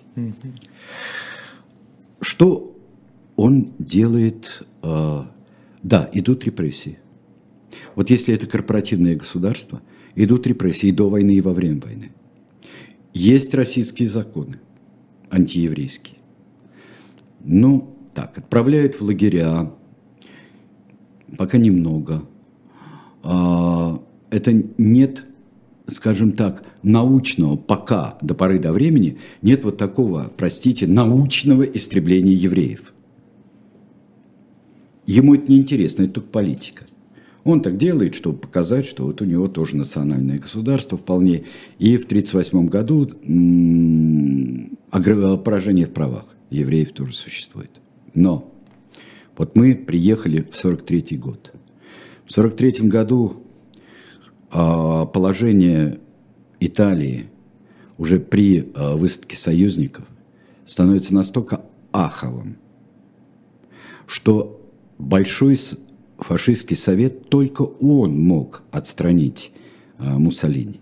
B: Что он делает? Да, идут репрессии. Вот если это корпоративное государство, идут репрессии и до войны, и во время войны. Есть российские законы, антиеврейские. Ну, так, отправляют в лагеря, пока немного. Это нет, скажем так, научного, пока до поры до времени, нет вот такого, простите, научного истребления евреев. Ему это не интересно, это только политика. Он так делает, чтобы показать, что вот у него тоже национальное государство вполне. И в 1938 году поражение в правах евреев тоже существует. Но вот мы приехали в 1943 год. В 1943 году положение Италии уже при высадке союзников становится настолько аховым, что Большой фашистский совет, только он мог отстранить Муссолини.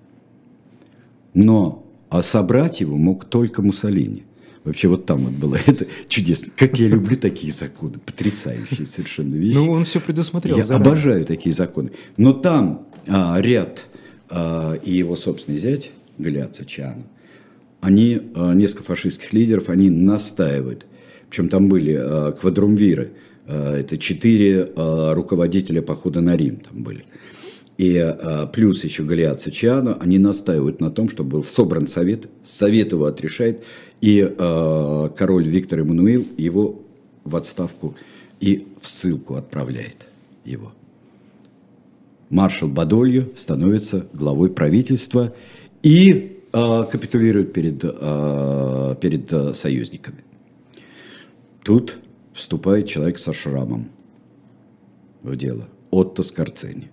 B: Но собрать его мог только Муссолини. Вообще вот там вот было это чудесно. Как я люблю такие законы. Потрясающие совершенно вещи.
A: Ну, он все предусмотрел.
B: Я обожаю такие законы. Но там Ряд и его собственный зять, Галиат Сачиано, они, несколько фашистских лидеров, они настаивают. Причем там были квадрумвиры. Это 4 руководителя похода на Рим там были. И плюс еще Галиат Сачиано, они настаивают на том, чтобы был собран совет. Совет его отрешает. И король Виктор Эммануил его в отставку и в ссылку отправляет его. Маршал Бадольо становится главой правительства и капитулирует перед союзниками. Тут вступает человек со шрамом в дело. Отто Скорцени.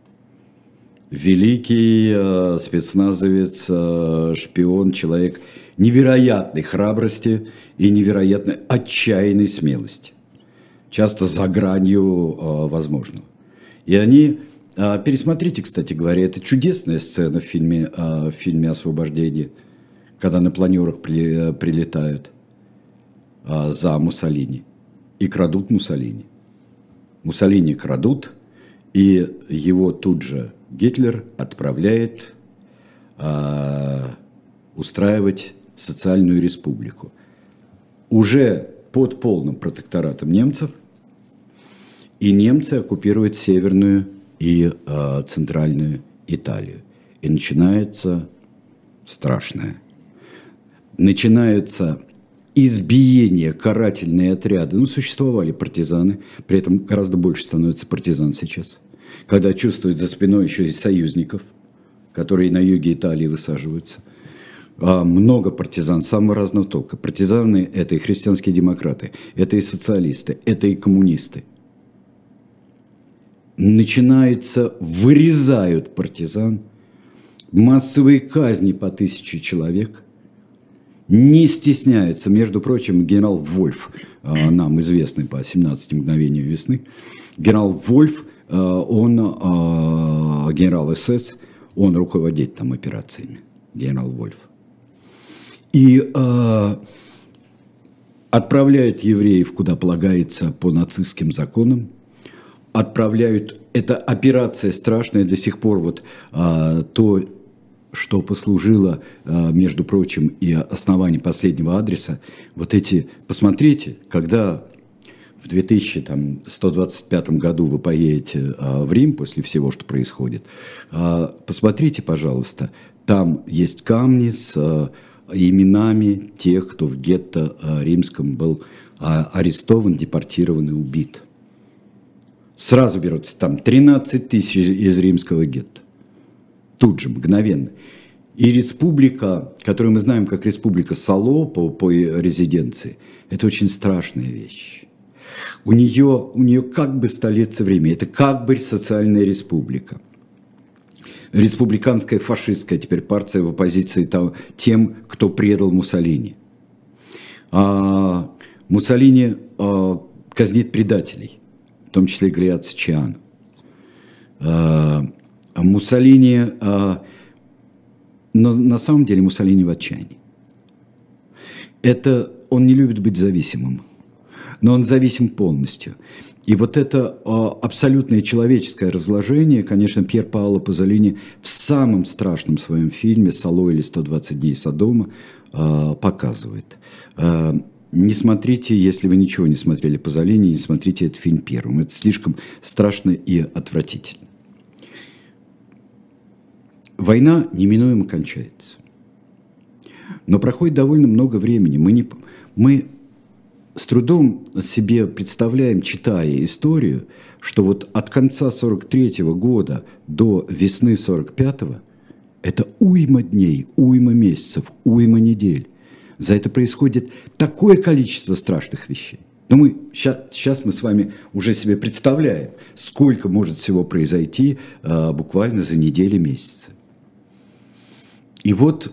B: Великий спецназовец, шпион, человек невероятной храбрости и невероятной отчаянной смелости. Часто за гранью возможного. И они... Пересмотрите, кстати говоря, это чудесная сцена в фильме «Освобождение», когда на планерах прилетают за Муссолини и крадут Муссолини. Муссолини крадут, и его тут же Гитлер отправляет устраивать социальную республику. Уже под полным протекторатом немцев, и немцы оккупируют Северную и Центральную Италию. И начинается страшное. Начинается избиение, карательные отряды. Ну, существовали партизаны, при этом гораздо больше становится партизан сейчас. Когда чувствуют за спиной еще и союзников, которые на юге Италии высаживаются. Много партизан самого разного толка. Партизаны – это и христианские демократы, это и социалисты, это и коммунисты. Начинается, вырезают партизан, массовые казни по 1000 человек, не стесняются. Между прочим, генерал Вольф, нам известный по 17 мгновениям весны, генерал Вольф, он генерал СС, он руководит там операциями, генерал Вольф. И отправляют евреев, куда полагается, по нацистским законам. Отправляют, это операция страшная, до сих пор вот то, что послужило, между прочим, и основанием последнего адреса. Вот эти, посмотрите, когда в 2125 году вы поедете в Рим после всего, что происходит, посмотрите, пожалуйста, там есть камни с именами тех, кто в гетто римском был арестован, депортирован и убит. Сразу берутся там 13 тысяч из римского гетто. Тут же, мгновенно. И республика, которую мы знаем как республика Сало по резиденции, это очень страшная вещь. У нее как бы столица в Риме, это как бы социальная республика. Республиканская фашистская теперь партия в оппозиции тем, кто предал Муссолини. Муссолини казнит предателей, в том числе Галиаццо Чиано. Муссолини, но на самом деле Муссолини в отчаянии. Он не любит быть зависимым, но он зависим полностью. И вот это абсолютное человеческое разложение, конечно, Пьер Паоло Пазолини в самом страшном своем фильме «Сало» или «120 дней Содома» показывает. Не смотрите, если вы ничего не смотрели Пазолини, не смотрите этот фильм первым. Это слишком страшно и отвратительно. Война неминуемо кончается. Но проходит довольно много времени. Мы с трудом себе представляем, читая историю, что вот от конца 43-го года до весны 45-го это уйма дней, уйма месяцев, уйма недель. За это происходит такое количество страшных вещей. Но сейчас мы с вами уже себе представляем, сколько может всего произойти буквально за недели, месяцы. И вот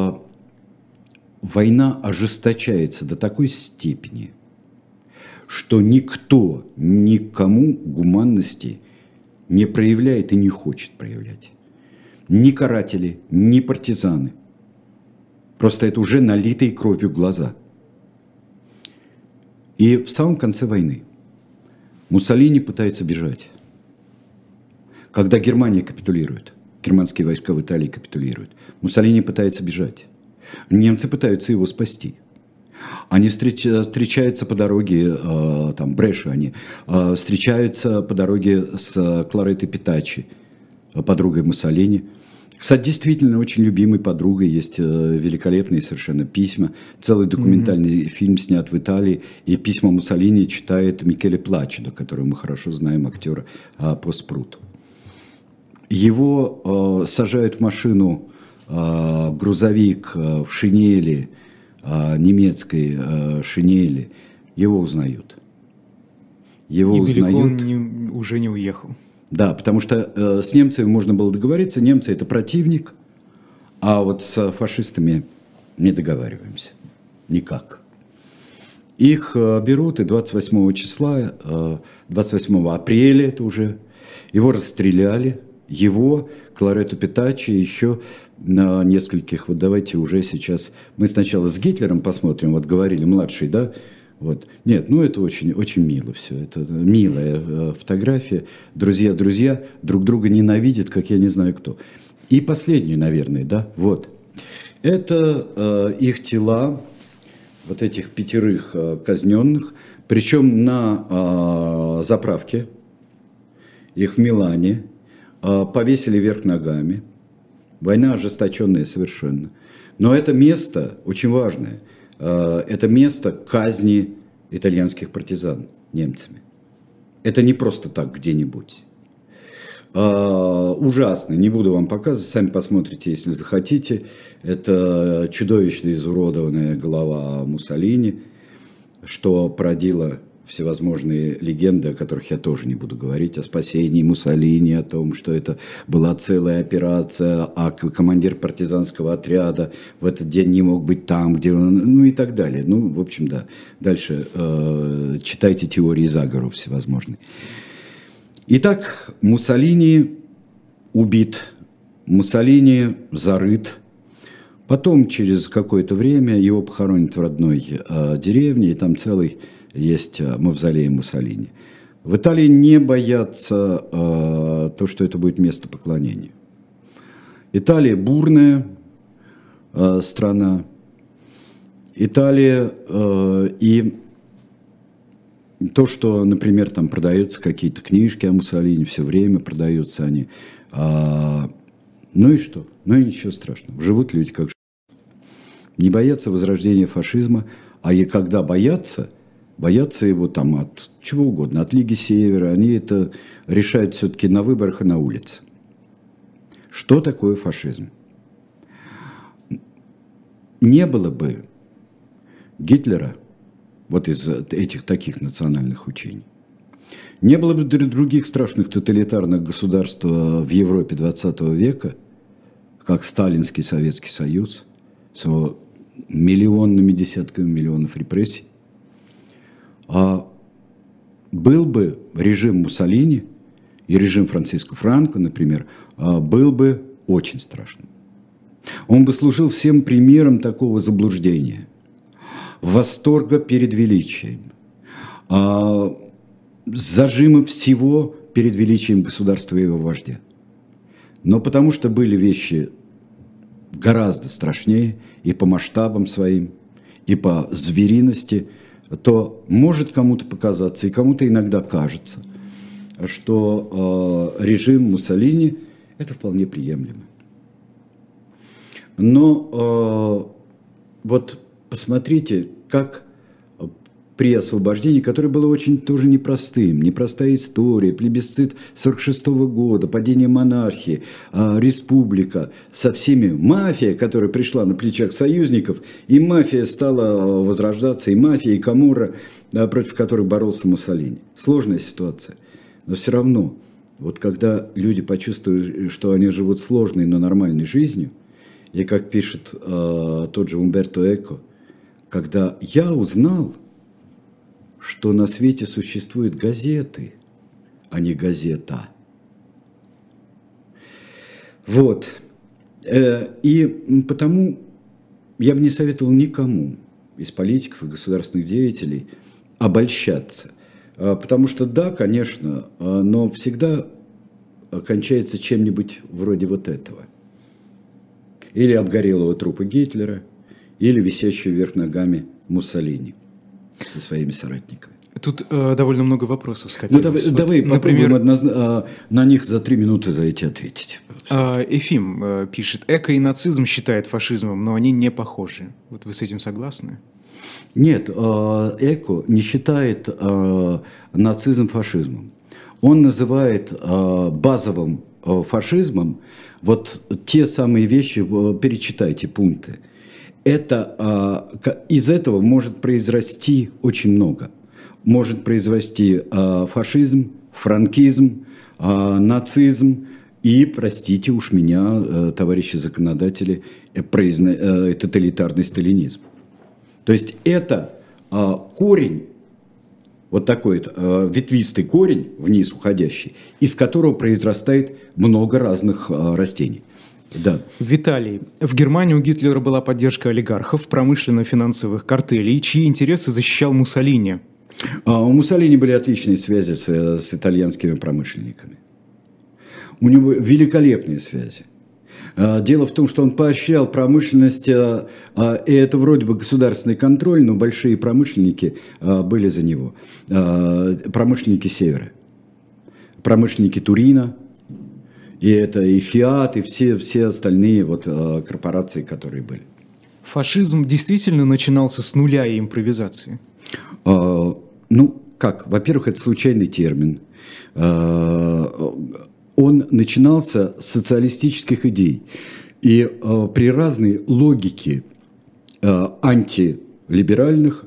B: война ожесточается до такой степени, что никто никому гуманности не проявляет и не хочет проявлять. Ни каратели, ни партизаны. Просто это уже налитые кровью глаза. И в самом конце войны Муссолини пытается бежать. Когда Германия капитулирует, германские войска в Италии капитулируют, Муссолини пытается бежать. Немцы пытаются его спасти. Они встречаются по дороге, там, Брешо они, встречаются по дороге с Клареттой Питачи, подругой Муссолини. Кстати, действительно, очень любимой подругой, есть великолепные совершенно письма. Целый документальный фильм снят в Италии, и письма Муссолини читает Микеле Плачидо, которого мы хорошо знаем, актера по Спруту. Его сажают в машину, грузовик в шинели, немецкой шинели, его узнают. Его
A: и
B: узнают.
A: Он уже не уехал.
B: Да, потому что с немцами можно было договориться, немцы это противник, а вот с фашистами не договариваемся. Никак. Их берут, и 28 числа, 28 апреля это уже, его расстреляли его, Кларету Питачи, еще на нескольких, вот давайте уже сейчас, мы сначала с Гитлером посмотрим, вот говорили, младший, да, вот, нет, ну это очень, очень мило все, это милая фотография, друзья друг друга ненавидят, как я не знаю кто. И последнюю, наверное, да, вот, это их тела, вот этих 5 казненных, причем на заправке, их в Милане, повесили вверх ногами. Война ожесточенная совершенно. Но это место очень важное. Это место казни итальянских партизан немцами. Это не просто так где-нибудь. Ужасно. Не буду вам показывать. Сами посмотрите, если захотите. Это чудовищно изуродованная голова Муссолини, что породило всевозможные легенды, о которых я тоже не буду говорить, о спасении Муссолини, о том, что это была целая операция, а командир партизанского отряда в этот день не мог быть там, где он, ну и так далее. Ну, в общем, да. Дальше читайте теории заговоров всевозможные. Итак, Муссолини убит, Муссолини зарыт. Потом, через какое-то время, его похоронят в родной деревне, и там целый есть мавзолей Муссолини. В Италии не боятся то, что это будет место поклонения. Италия бурная страна. Италия и то, что, например, там продаются какие-то книжки о Муссолини, все время продаются они. Ну и что? Ну и ничего страшного. Живут люди как живут. Не боятся возрождения фашизма, а и когда боятся его там от чего угодно, от Лиги Севера, они это решают все-таки на выборах и на улице. Что такое фашизм? Не было бы Гитлера, вот из этих таких национальных учений, не было бы других страшных тоталитарных государств в Европе 20 века, как Сталинский Советский Союз, с его миллионными, десятками миллионов репрессий. А был бы режим Муссолини и режим Франциско Франко, например, был бы очень страшным. Он бы служил всем примером такого заблуждения, восторга перед величием, зажима всего перед величием государства и его вождя. Но потому что были вещи гораздо страшнее и по масштабам своим, и по звериности, то может кому-то показаться, и кому-то иногда кажется, что режим Муссолини – это вполне приемлемо. Но вот посмотрите, как при освобождении, которое было очень тоже непростым, непростая история, плебисцит 1946 года, падение монархии, республика со всеми, мафия, которая пришла на плечах союзников, и мафия стала возрождаться, и мафия, и Каморра, против которых боролся Муссолини. Сложная ситуация, но все равно, вот когда люди почувствуют, что они живут сложной, но нормальной жизнью, и как пишет тот же Умберто Эко, когда я узнал, что на свете существуют газеты, а не газета. Вот. И потому я бы не советовал никому из политиков и государственных деятелей обольщаться. Потому что да, конечно, но всегда кончается чем-нибудь вроде вот этого. Или обгорелого трупа Гитлера, или висящего вверх ногами Муссолини со своими соратниками.
A: Тут довольно много вопросов скопилось.
B: Ну, давай попробуем на них за 3 минуты за эти ответить.
A: Ефим пишет, эко и нацизм считает фашизмом, но они не похожи. Вот вы с этим согласны?
B: Нет, эко не считает нацизм фашизмом. Он называет базовым фашизмом вот те самые вещи, перечитайте пункты. Это, из этого может произрасти очень много. Может произрасти фашизм, франкизм, нацизм и, простите уж меня, товарищи законодатели, тоталитарный сталинизм. То есть это корень вот такой ветвистый корень, вниз уходящий, из которого произрастает много разных растений. Да.
A: Виталий, в Германии у Гитлера была поддержка олигархов, промышленно-финансовых картелей, чьи интересы защищал Муссолини?
B: У Муссолини были отличные связи с итальянскими промышленниками. У него великолепные связи. Дело в том, что он поощрял промышленность, и это вроде бы государственный контроль, но большие промышленники были за него. Промышленники Севера, промышленники Турина. И это и Фиат, и все остальные корпорации, которые были.
A: Фашизм действительно начинался с нуля и импровизации?
B: Во-первых, это случайный термин. Он начинался с социалистических идей. И при разной логике антилиберальных,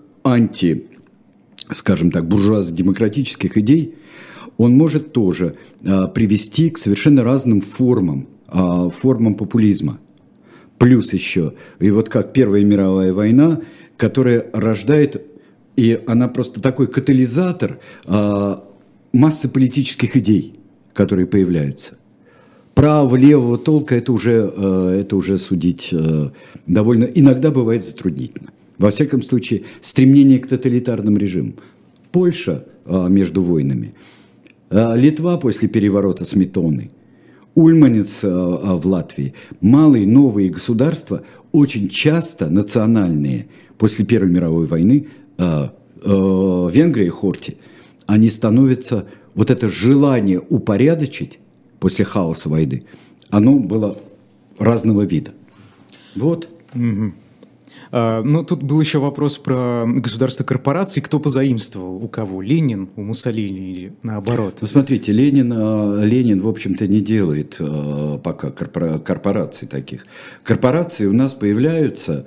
B: буржуазно-демократических идей, он может тоже привести к совершенно разным формам популизма. Плюс еще, и вот как Первая мировая война, которая рождает, и она просто такой катализатор массы политических идей, которые появляются. Правого, левого толка это уже судить довольно, иногда бывает затруднительно. Во всяком случае, стремление к тоталитарным режимам. Польша между войнами. Литва после переворота Сметоны, Ульманец в Латвии, малые новые государства, очень часто национальные, после Первой мировой войны, Венгрия и Хорти, они становятся, это желание упорядочить после хаоса войны, оно было разного вида. Вот.
A: Угу. Тут был еще вопрос про государство корпораций. Кто позаимствовал? У кого? Ленин? У Муссолини? Или наоборот?
B: Смотрите, Ленин, в общем-то, не делает пока корпораций таких. Корпорации у нас появляется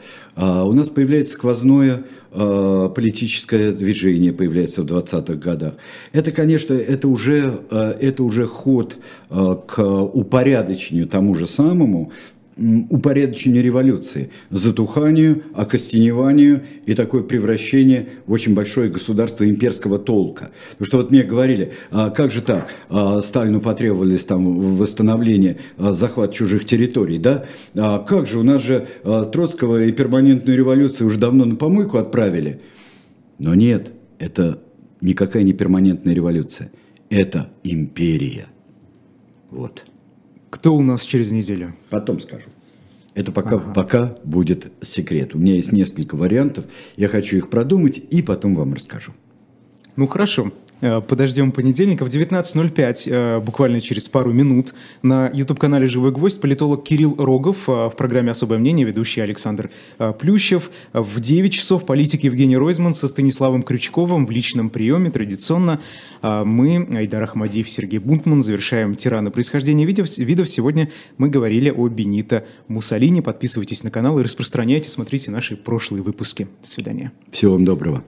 B: сквозное политическое движение появляется в 20-х годах. Это, конечно, это уже ход к упорядочению тому же самому, упорядочению революции, затуханию, окостеневанию и такое превращение в очень большое государство имперского толка. Потому что мне говорили, как же так, Сталину потребовались восстановление, захват чужих территорий, да? Как же, у нас же Троцкого и перманентную революцию уже давно на помойку отправили. Но нет, это никакая не перманентная революция, это империя. Вот.
A: Кто у нас через неделю?
B: Потом скажу. Это пока будет секрет. У меня есть несколько вариантов. Я хочу их продумать и потом вам расскажу.
A: Хорошо. Подождем понедельника в 19:05, буквально через пару минут, на YouTube-канале «Живой гвоздь» политолог Кирилл Рогов, в программе «Особое мнение» ведущий Александр Плющев. В 9 часов политик Евгений Ройзман со Станиславом Крючковым в личном приеме. Традиционно мы, Айдар Ахмадиев, Сергей Бунтман, завершаем «Тираны происхождения видов». Сегодня мы говорили о Бенито Муссолини. Подписывайтесь на канал и распространяйте, смотрите наши прошлые выпуски. До свидания.
B: Всего вам доброго.